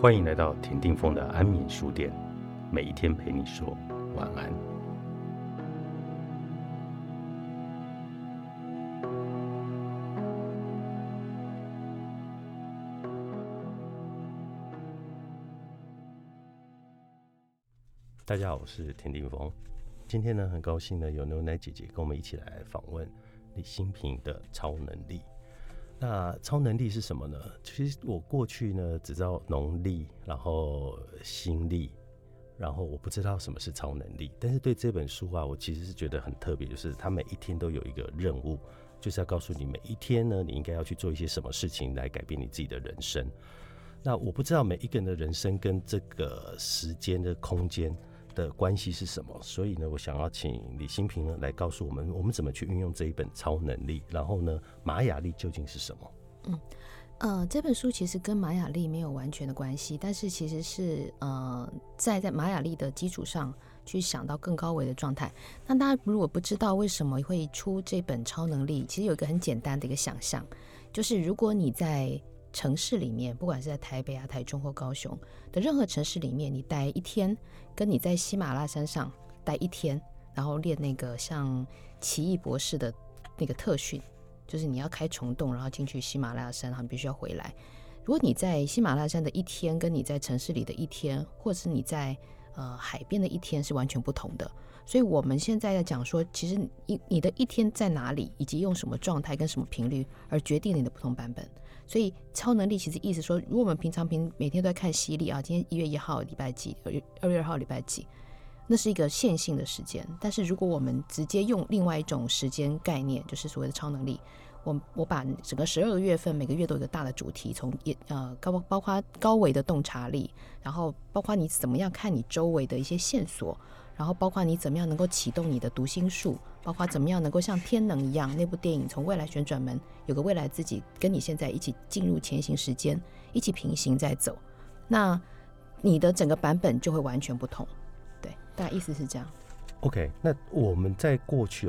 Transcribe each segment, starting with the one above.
欢迎来到田定峰的安眠书店，每一天陪你说晚安。大家好，我是田定峰。今天呢，很高兴呢有牛奶姐姐跟我们一起来访问李欣频的超能力。那超能力是什么呢？其实我过去呢只知道农历，然后新历，然后我不知道什么是超能力。但是对这本书啊，我其实是觉得很特别，就是它每一天都有一个任务，就是要告诉你每一天呢，你应该要去做一些什么事情来改变你自己的人生。那我不知道每一个人的人生跟这个时间的空间的关系是什么，所以呢，我想要请李欣频呢来告诉我们怎么去运用这一本超能力，然后呢，玛雅历究竟是什么？ 这本书其实跟玛雅历没有完全的关系，但是其实是在玛雅历的基础上去想到更高维的状态。那大家如果不知道为什么会出这本超能力，其实有一个很简单的一个想象，就是如果你在城市里面，不管是在台北啊、台中或高雄的任何城市里面，你待一天，跟你在喜马拉雅山上待一天，然后练那个像奇异博士的那个特训，就是你要开虫洞，然后进去喜马拉雅山，然后你必须要回来。如果你在喜马拉雅山的一天，跟你在城市里的一天，或者是你在海边的一天是完全不同的。所以我们现在在讲说，其实你的一天在哪里，以及用什么状态跟什么频率，而决定你的不同版本。所以超能力其实意思说，如果我们平常每天都在看西历啊，今天1月1号礼拜几，2月2号礼拜几，那是一个线性的时间。但是如果我们直接用另外一种时间概念，就是所谓的超能力，我把整个12个月份每个月都有一个大的主题，从包括高维的洞察力，然后包括你怎么样看你周围的一些线索，然后包括你怎么样能够启动你的读心术，包括怎么样能够像天能一样，那部电影从未来旋转门有个未来自己跟你现在一起进入前行时间，一起平行在走，那你的整个版本就会完全不同。对，大概意思是这样。 OK， 那我们在过去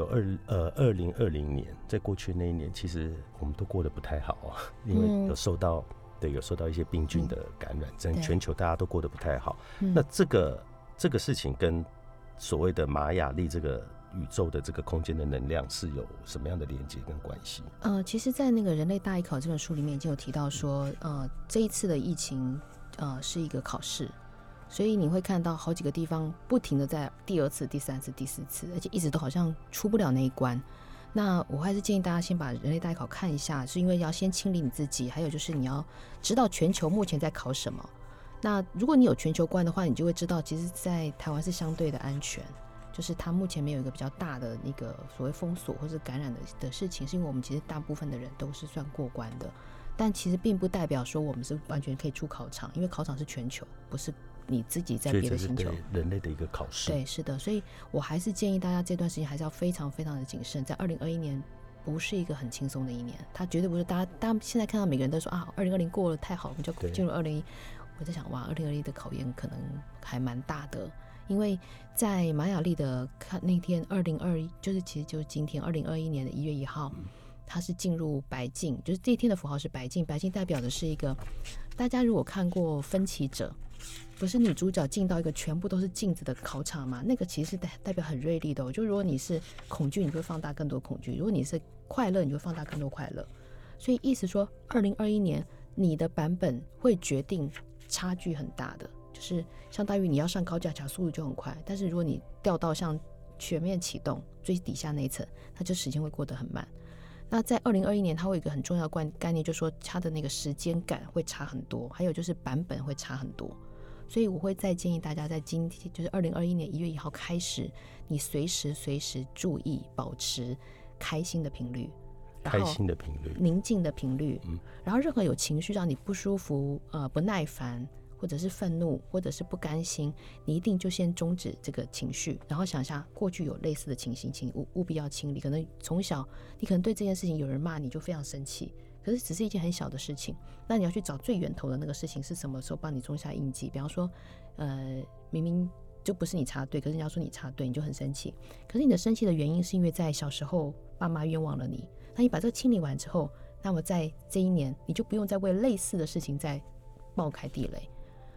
2020年，在过去那一年，其实我们都过得不太好啊，因为有受到一些病菌的感染，全球大家都过得不太好。那这个事情跟所谓的玛雅历这个宇宙的这个空间的能量是有什么样的连接跟关系？ 其实在那个人类大一考这本书里面已经有提到说，这一次的疫情是一个考试，所以你会看到好几个地方不停的在第2次、第3次、第4次，而且一直都好像出不了那一关。那我还是建议大家先把人类大考看一下，是因为要先清理你自己，还有就是你要知道全球目前在考什么。那如果你有全球观的话，你就会知道其实在台湾是相对的安全，就是它目前没有一个比较大的那个所谓封锁或是感染的事情，是因为我们其实大部分的人都是算过关的。但其实并不代表说我们是完全可以出考场，因为考场是全球，不是你自己在别的星球。 所以这是对人类的一个考试。 对，是的，所以我还是建议大家这段时间还是要非常非常的谨慎。在2021年不是一个很轻松的一年，它绝对不是大家现在看到每个人都说啊，2020过了太好，我们就进入2021。我在想，哇，2021的考验可能还蛮大的，因为在玛雅历的那天2021，其实就是今天2021年的1月1号，它是进入白镜，就是这一天的符号是白镜。白镜代表的是一个，大家如果看过《分歧者》，不是女主角进到一个全部都是镜子的考场吗？那个其实是代表很锐利的就如果你是恐惧，你会放大更多恐惧；如果你是快乐，你会放大更多快乐。所以意思说，2021年你的版本会决定差距很大的，就是相当于你要上高架桥，速度就很快，但是如果你掉到像全面启动最底下那一层，它就时间会过得很慢。那在2021年，它会有一个很重要的概念，就是说它的那个时间感会差很多，还有就是版本会差很多。所以我会再建议大家，在今天就是2021年1月1号开始，你随时注意保持开心的频率， 开心的频率， 宁静的频率，然后任何有情绪让你不舒服、不耐烦，或者是愤怒，或者是不甘心，你一定就先终止这个情绪，然后想一下过去有类似的情形，请务必要清理。可能从小你可能对这件事情有人骂你就非常生气，可是只是一件很小的事情，那你要去找最源头的那个事情是什么时候帮你种下印记。比方说明明就不是你插队，可是人家说你插队，你就很生气，可是你的生气的原因是因为在小时候爸妈冤枉了你，那你把这个清理完之后，那么在这一年你就不用再为类似的事情再爆开地雷。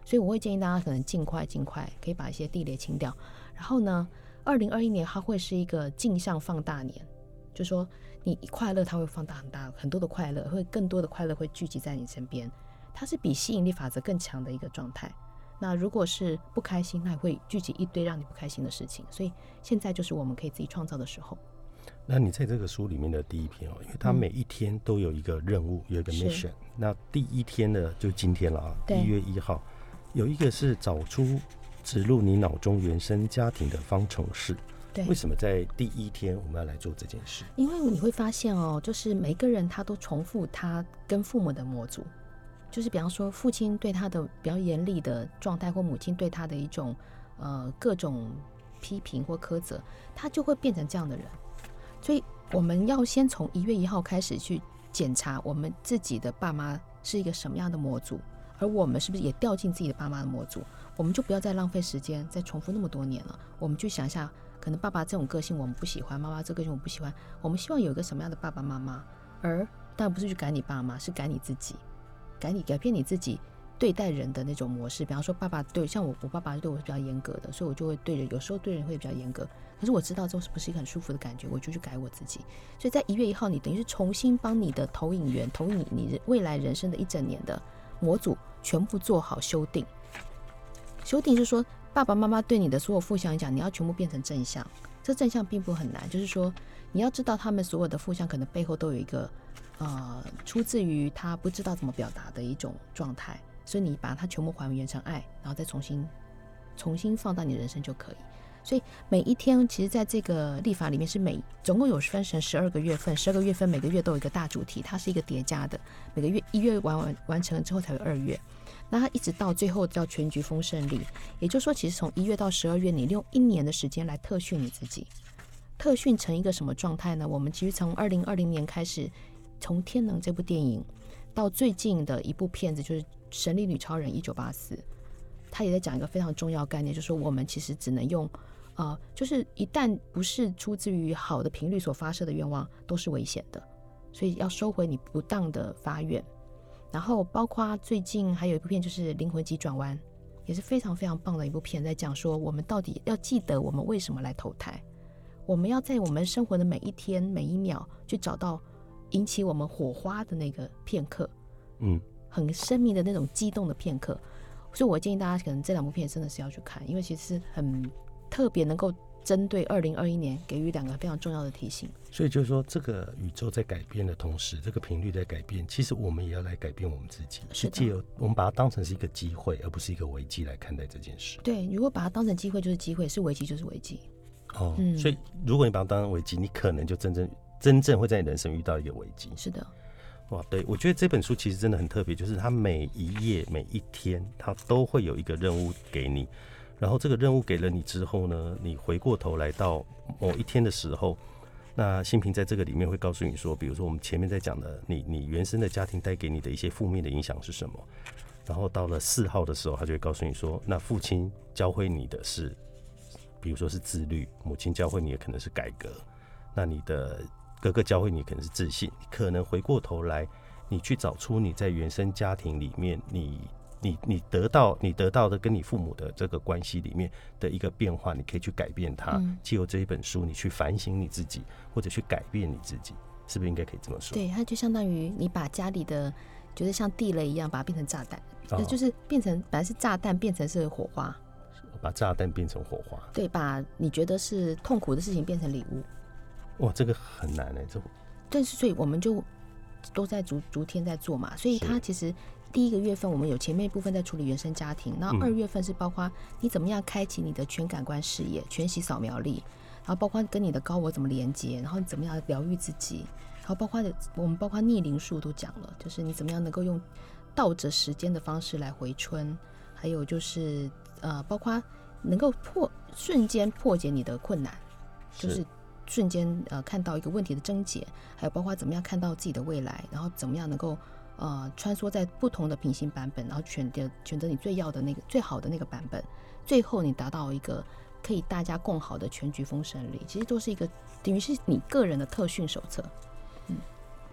所以我会建议大家可能尽快可以把一些地雷清掉。然后呢，2021年它会是一个镜像放大年，就是说你快乐它会放大很多的快乐，会更多的快乐会聚集在你身边，它是比吸引力法则更强的一个状态。那如果是不开心，那也会聚集一堆让你不开心的事情，所以现在就是我们可以自己创造的时候。 那你在这个书里面的第一篇因为它每一天都有一个任务，有一个 mission。那第一天呢，就今天了啊，1月1号，有一个是找出植入你脑中原生家庭的方程式。对，为什么在第一天我们要来做这件事？ 因为你会发现就是每个人他都重复他跟父母的模组。就是比方说父亲对他的比较严厉的状态，或母亲对他的一种各种批评或苛责，他就会变成这样的人。所以我们要先从1月1号开始去检查我们自己的爸妈是一个什么样的模组，而我们是不是也掉进自己的爸妈的模组。我们就不要再浪费时间再重复那么多年了，我们去想一下，可能爸爸这种个性我们不喜欢，妈妈这个个性我们不喜欢，我们希望有一个什么样的爸爸妈妈。而当然不是去改你爸妈，是改你自己，改变你自己对待人的那种模式。比方说爸爸像我爸爸对我是比较严格的，所以我就会对人有时候对人会比较严格，可是我知道这不是一个很舒服的感觉，我就去改我自己。所以在1月1号你等于是重新帮你的投影源投影你未来人生的一整年的模组全部做好修订。修订就是说爸爸妈妈对你的所有负向影响你要全部变成正向，这正向并不很难，就是说你要知道他们所有的负向可能背后都有一个出自于他不知道怎么表达的一种状态，所以你把它全部还原成爱，然后再重新放到你的人生就可以。所以每一天其实在这个历法里面是总共有分成12个月份，12个月份每个月都有一个大主题，它是一个叠加的，每个月1月完成之后才有2月，那它一直到最后叫全局丰盛力。也就是说其实从1月到12月你用1年的时间来特训你自己，特训成一个什么状态呢？我们其实从2020年开始，从天能这部电影到最近的一部片子就是神力女超人1984，他也在讲一个非常重要的概念，就是说我们其实只能用就是一旦不是出自于好的频率所发射的愿望都是危险的，所以要收回你不当的发愿。然后包括最近还有一部片就是灵魂急转弯，也是非常非常棒的一部片，在讲说我们到底要记得我们为什么来投胎，我们要在我们生活的每一天每一秒去找到引起我们火花的那个片刻，很生命的那种激动的片刻。所以我建议大家可能这2部片真的是要去看，因为其实是很特别能够针对2021年给予2个非常重要的提醒。 所以就是说这个宇宙在改变的同时，这个频率在改变，其实我们也要来改变我们自己，是借由我们把它当成是一个机会而不是一个危机来看待这件事。 对，如果把它当成机会就是机会，是危机就是危机。 所以如果你把它当成危机，你可能就真正会在你人生遇到一个危机。 是的。 哇，对，我觉得这本书其实真的很特别，就是它每一页每一天它都会有一个任务给你，然后这个任务给了你之后呢，你回过头来到某一天的时候，那心平在这个里面会告诉你说，比如说我们前面在讲的你原生的家庭带给你的一些负面的影响是什么，然后到了4号的时候他就会告诉你说，那父亲教会你的是比如说是自律，母亲教会你的可能是改革，那你的哥哥教会你可能是自信，你可能回过头来你去找出你在原生家庭里面你得到的跟你父母的这个关系里面的一个变化，你可以去改变它，藉由这一本书你去反省你自己或者去改变你自己，是不是应该可以这么说？ 对，它就相当于你把家里的就是像地雷一样把它变成炸弹，就是变成本来是炸弹变成是火花， 把炸弹变成火花。 对，把你觉得是痛苦的事情变成礼物。 哇，这个很难但是所以我们就都在逐天在做嘛，所以它其实第1个月份我们有前面一部分在处理原生家庭，然后2月份是包括你怎么样开启你的全感官视野、全息扫描力，然后包括跟你的高我怎么连接，然后你怎么样疗愈自己，然后我们包括逆龄数都讲了，就是你怎么样能够用倒着时间的方式来回春，还有就是包括能够瞬间破解你的困难，就是瞬间看到一个问题的症结，还有包括怎么样看到自己的未来，然后怎么样能够穿梭在不同的平行版本，然后选择你最要的那个最好的那个版本，最后你达到一个可以大家共好的全局丰盛力，其实都是一个等于是你个人的特训手册。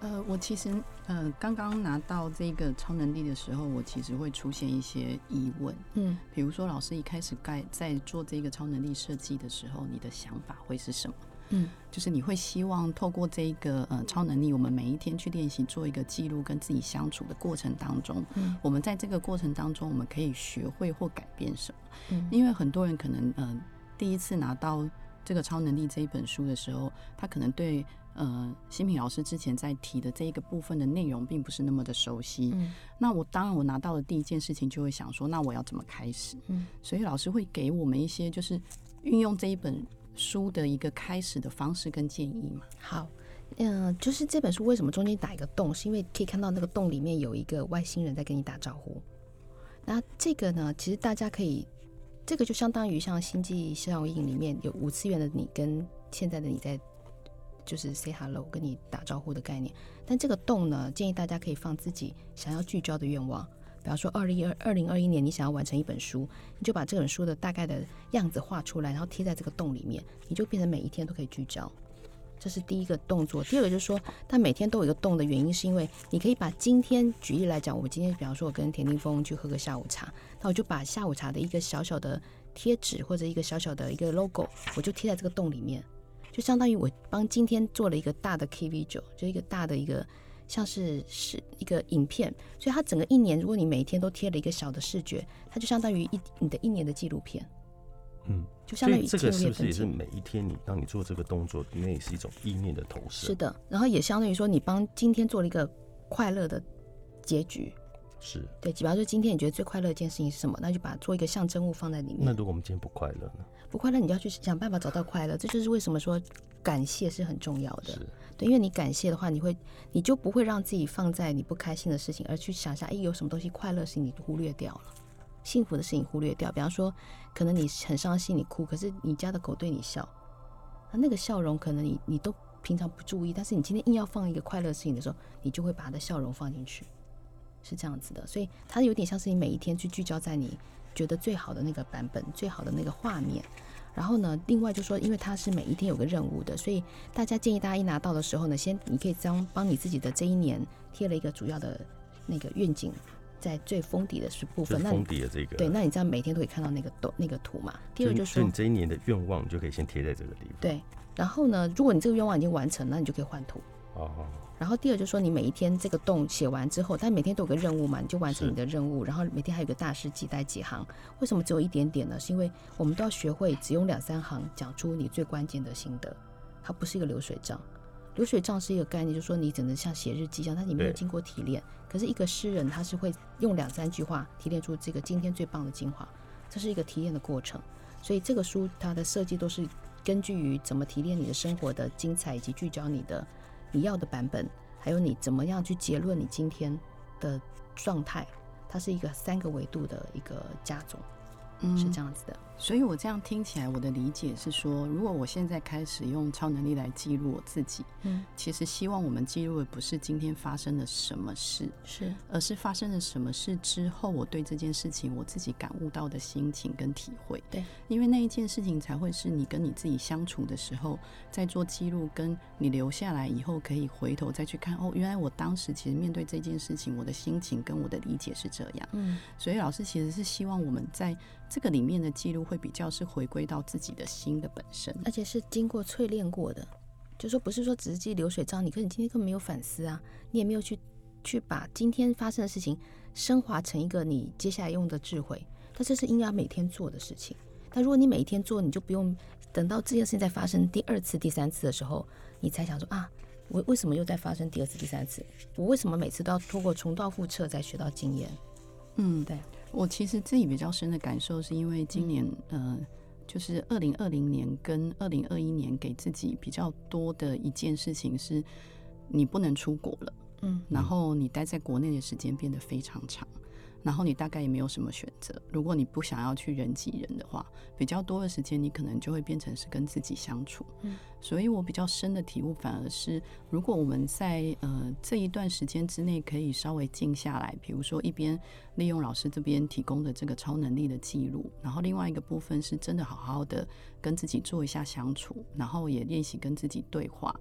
我其实刚刚拿到这个超能力的时候，我其实会出现一些疑问，比如说老师一开始在做这个超能力设计的时候，你的想法会是什么？就是你会希望透过这个超能力，我们每一天去练习做一个记录，跟自己相处的过程当中，我们在这个过程当中，我们可以学会或改变什么？因为很多人可能第一次拿到这个超能力这一本书的时候，他可能对新平老师之前在提的这一个部分的内容并不是那么的熟悉。那当然我拿到的第一件事情就会想说，那我要怎么开始？所以老师会给我们一些就是运用这一本书的一个开始的方式跟建议嘛。 好，就是这本书为什么中间打一个洞，是因为可以看到那个洞里面有一个外星人在跟你打招呼。那这个呢，其实大家可以，这个就相当于像星际效应里面有5次元的你跟现在的你在就是 say hello 跟你打招呼的概念。但这个洞呢，建议大家可以放自己想要聚焦的愿望。比方说2021年你想要完成一本书，你就把这本书的大概的样子画出来，然后贴在这个洞里面，你就变成每一天都可以聚焦。这是第一个动作。第二个就是说，但每天都有一个洞的原因是因为你可以把今天，举例来讲，我今天比方说我跟田定峰去喝个下午茶，那我就把下午茶的一个小小的贴纸或者一个小小的一个 logo， 我就贴在这个洞里面，就相当于我帮今天做了一个大的 key visual， 就一个大的一个像是一个影片。所以它整个一年，如果你每一天都贴了一个小的视觉，它就相当于你的一年的纪录片。就相当于这个是不是也是每一天当你做这个动作，那也是一种意念的投射？ 是的，然后也相当于说你帮今天做了一个快乐的结局。 是， 对，比方说今天你觉得最快乐的一件事情是什么，那就把它做一个象征物放在里面。 那如果我们今天不快乐呢？ 不快乐你就要去想办法找到快乐。这就是为什么说感谢是很重要的。对，因为你感谢的话，你就不会让自己放在你不开心的事情，而去想象有什么东西快乐的事情你忽略掉了，幸福的事情忽略掉。比方说可能你很伤心你哭，可是你家的狗对你笑，那个笑容可能你都平常不注意，但是你今天硬要放一个快乐的事情的时候，你就会把它的笑容放进去，是这样子的。所以它有点像是你每一天去聚焦在你觉得最好的那个版本，最好的那个画面。然后呢，另外就说因为它是每一天有个任务的，所以大家建议大家一拿到的时候呢，你可以帮你自己的这一年贴了一个主要的那个愿景在最封底的部分， 封底的这个， 对，那你这样每天都可以看到那个图嘛。第二就是说， 所以你这一年的愿望就可以先贴在这个地方。 对，然后呢，如果你这个愿望已经完成，那你就可以换图。然后第二就是说，你每一天这个洞写完之后，但每天都有个任务嘛，你就完成你的任务。然后每天还有个大事记带几行。为什么只有一点点呢？是因为我们都要学会只用2-3行讲出你最关键的心得，它不是一个流水账。流水账是一个概念，就是说你只能像写日记一样，但你没有经过提炼。可是一个诗人他是会用2-3句话提炼出这个今天最棒的精华，这是一个提炼的过程。所以这个书它的设计都是根据于怎么提炼你的生活的精彩，以及聚焦你要的版本，还有你怎么样去结论你今天的状态。它是一个3个维度的一个加总，是这样子的。 所以我这样听起来，我的理解是说，如果我现在开始用超能力来记录我自己，其实希望我们记录的不是今天发生了什么事，而是发生了什么事之后，我对这件事情我自己感悟到的心情跟体会。 对， 因为那一件事情才会是你跟你自己相处的时候在做记录，跟你留下来以后可以回头再去看，原来我当时其实面对这件事情，我的心情跟我的理解是这样。所以老师其实是希望我们在这个里面的记录会比较是回归到自己的心的本身， 而且是经过淬炼过的。就说不是说只是记流水账，你今天根本没有反思啊，你也没有去把今天发生的事情升华成一个你接下来用的智慧。但这是应该每天做的事情。但如果你每一天做，你就不用等到这件事情再发生第2次、第3次的时候，你才想说我为什么又在发生第2次、第3次？我为什么每次都要透过重蹈覆辙再学到经验？对。 我其实自己比较深的感受是因为今年就是2020年跟2021年给自己比较多的一件事情是你不能出国了，然后你待在国内的时间变得非常长，然后你大概也没有什么选择。如果你不想要去人挤人的话，比较多的时间你可能就会变成是跟自己相处。所以我比较深的体悟反而是，如果我们在这一段时间之内可以稍微静下来，比如说一边利用老师这边提供的这个超能力的记录，然后另外一个部分是真的好好的跟自己做一下相处，然后也练习跟自己对话。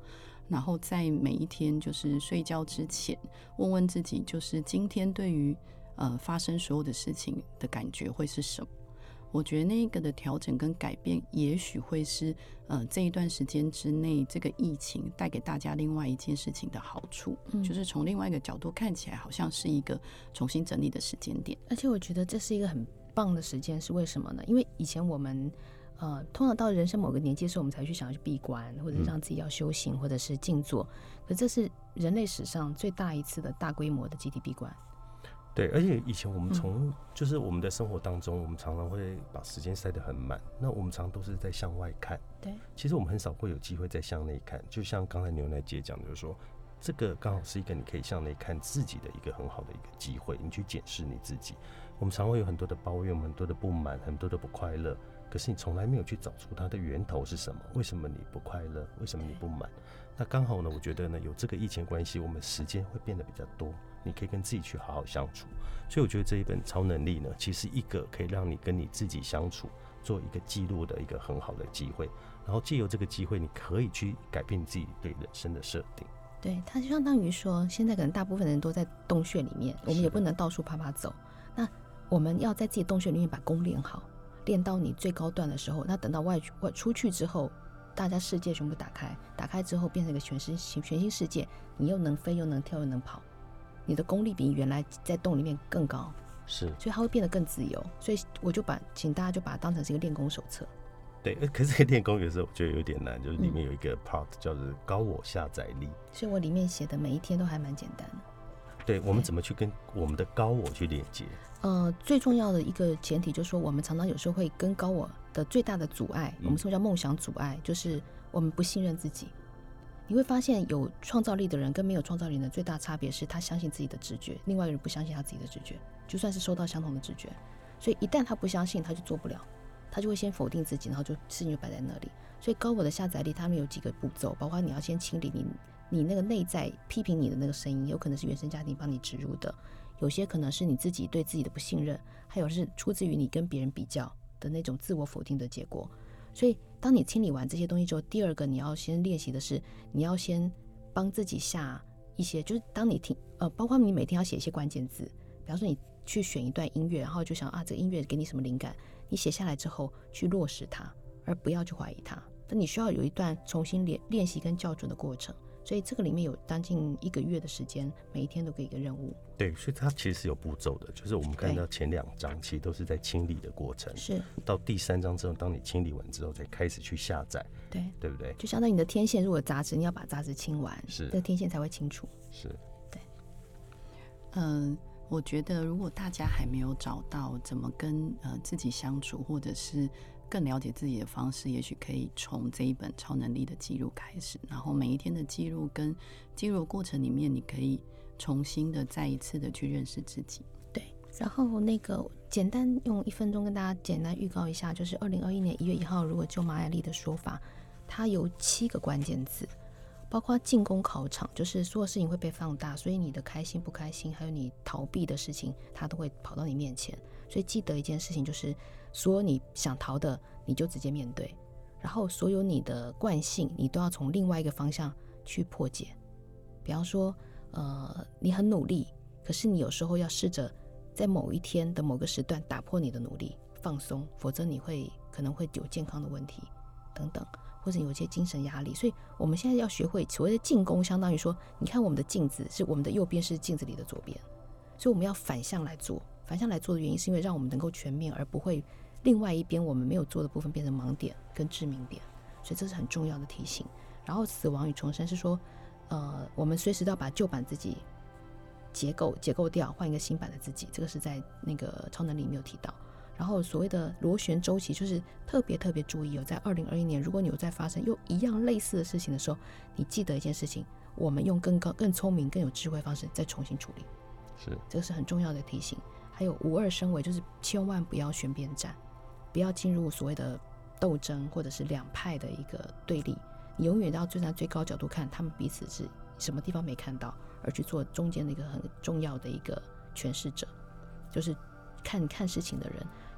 然后在每一天就是睡觉之前问问自己，就是今天对于发生所有的事情的感觉会是什么。我觉得那个的调整跟改变也许会是这一段时间之内这个疫情带给大家另外一件事情的好处，就是从另外一个角度看起来好像是一个重新整理的时间点。 而且我觉得这是一个很棒的时间，是为什么呢？因为以前我们通常到人生某个年纪的时候，我们才去想要去闭关，或者是让自己要修行，或者是静坐。可这是人类史上最大一次的大规模的集体闭关。 对，而且以前我们就是我们的生活当中，我们常常会把时间塞得很满，那我们常常都是在向外看， 对， 其实我们很少会有机会在向内看。就像刚才牛奶姐讲的，就是说这个刚好是一个你可以向内看自己的一个很好的一个机会，你去检视你自己。我们常会有很多的抱怨，很多的不满，很多的不快乐，可是你从来没有去找出它的源头是什么，为什么你不快乐，为什么你不满。那刚好呢，我觉得呢，有这个疫情关系，我们时间会变得比较多，你可以跟自己去好好相处。所以我觉得这一本超能力呢，其实一个可以让你跟你自己相处，做一个记录的一个很好的机会。然后借由这个机会，你可以去改变你自己对人生的设定。 对，它就相当于说，现在可能大部分人都在洞穴里面，我们也不能到处爬走。那我们要在自己洞穴里面把功练好，练到你最高段的时候，那等到外出去之后，大家世界全部打开之后变成一个全新世界，你又能飞又能跳又能跑，你的功力比原来在洞里面更高， 是， 所以它会变得更自由。所以我就请大家就把它当成是一个练功手册。 对，可是练功有时候我觉得有点难，就是里面有一个 part 叫做高我下载力， 所以我里面写的每一天都还蛮简单的。 对，我们怎么去跟我们的高我去连接？ 最重要的一个前提就是说，我们常常有时候会跟高我的最大的阻碍，我们说叫梦想阻碍，就是我们不信任自己。你会发现有创造力的人跟没有创造力的人最大差别是他相信自己的直觉，另外一个人不相信他自己的直觉，就算是收到相同的直觉，所以一旦他不相信，他就做不了，他就会先否定自己，然后就事情就摆在那里。所以高我的下载力他们有几个步骤，包括你要先清理你那个内在批评你的那个声音，有可能是原生家庭帮你植入的，有些可能是你自己对自己的不信任，还有是出自于你跟别人比较的那种自我否定的结果。所以当你清理完这些东西之后，第二个你要先练习的是，你要先帮自己下一些，就是当你包括你每天要写一些关键字，比方说你去选一段音乐，然后就想这个音乐给你什么灵感，你写下来之后去落实它，而不要去怀疑它。但你需要有一段重新练习跟校准的过程。所以这个里面有将近1个月的时间，每一天都给一个任务。 对，所以它其实是有步骤的，就是我们看到前2章其实都是在清理的过程， 是到第3章之后，当你清理完之后，才开始去下载，对不对？ 就相当于你的天线，如果有杂质，你要把杂质清完， 是这个天线才会清楚。 是， 对。我觉得如果大家还没有找到怎么跟自己相处，或者是更了解自己的方式，也许可以从这一本超能力的记录开始，然后每一天的记录跟记录的过程里面，你可以重新的再一次的去认识自己。 对，然后那个简单用1分钟跟大家简单预告一下，就是2021年1月1号，如果就玛雅历的说法，它有7个关键字，包括进攻考场，就是所有事情会被放大，所以你的开心不开心，还有你逃避的事情，它都会跑到你面前。所以记得一件事情，就是所有你想逃的，你就直接面对，然后所有你的惯性，你都要从另外一个方向去破解。比方说你很努力，可是你有时候要试着在某一天的某个时段打破你的努力，放松，否则你可能会有健康的问题等等，或者有一些精神压力。所以我们现在要学会所谓的进攻，相当于说，你看我们的镜子是我们的右边是镜子里的左边，所以我们要反向来做。反向来做的原因是因为让我们能够全面，而不会另外一边我们没有做的部分变成盲点跟致命点，所以这是很重要的提醒。然后死亡与重生是说我们随时都要把旧版自己解构掉，换一个新版的自己，这个是在那个超能力里面有提到。然后所谓的螺旋周期，就是特别注意在2021年，如果你有在发生又一样类似的事情的时候，你记得一件事情，我们用更聪明更有智慧的方式再重新处理， 是， 这个是很重要的提醒。还有52升维，就是千万不要选边站，不要进入所谓的斗争或者是两派的一个对立，你永远要站在最高角度看他们彼此是什么地方没看到，而去做中间的一个很重要的一个诠释者，就是看事情的人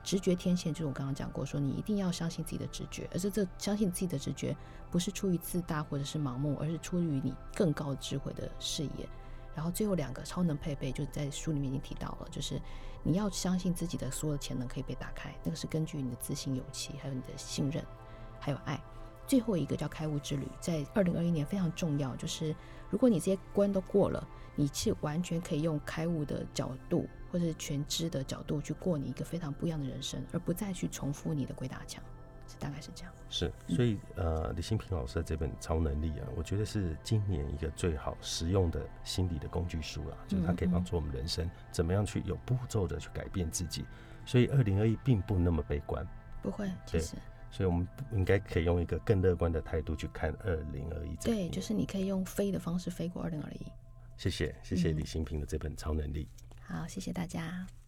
直觉天线，就是我刚刚讲过，说你一定要相信自己的直觉，而是这相信自己的直觉不是出于自大或者是盲目，而是出于你更高智慧的视野。然后最后2个超能配备，就在书里面已经提到了，就是你要相信自己的所有的潜能可以被打开，那个是根据你的自信、勇气，还有你的信任，还有爱。最后一个叫开悟之旅，在2021年非常重要，就是如果你这些关都过了，你是完全可以用开悟的角度或者是全知的角度去过你一个非常不一样的人生，而不再去重复你的鬼打墙，大概是这样。 是，所以李欣频老师的这本超能力啊，我觉得是今年一个最好实用的心理的工具书啦，就是它可以帮助我们人生怎么样去有步骤的去改变自己，所以2021并不那么悲观， 不会，其实。 所以我们应该可以用一个更乐观的态度去看2021。 对，就是你可以用飞的方式飞过2021。 谢谢李欣频的这本超能力。 好，谢谢大家。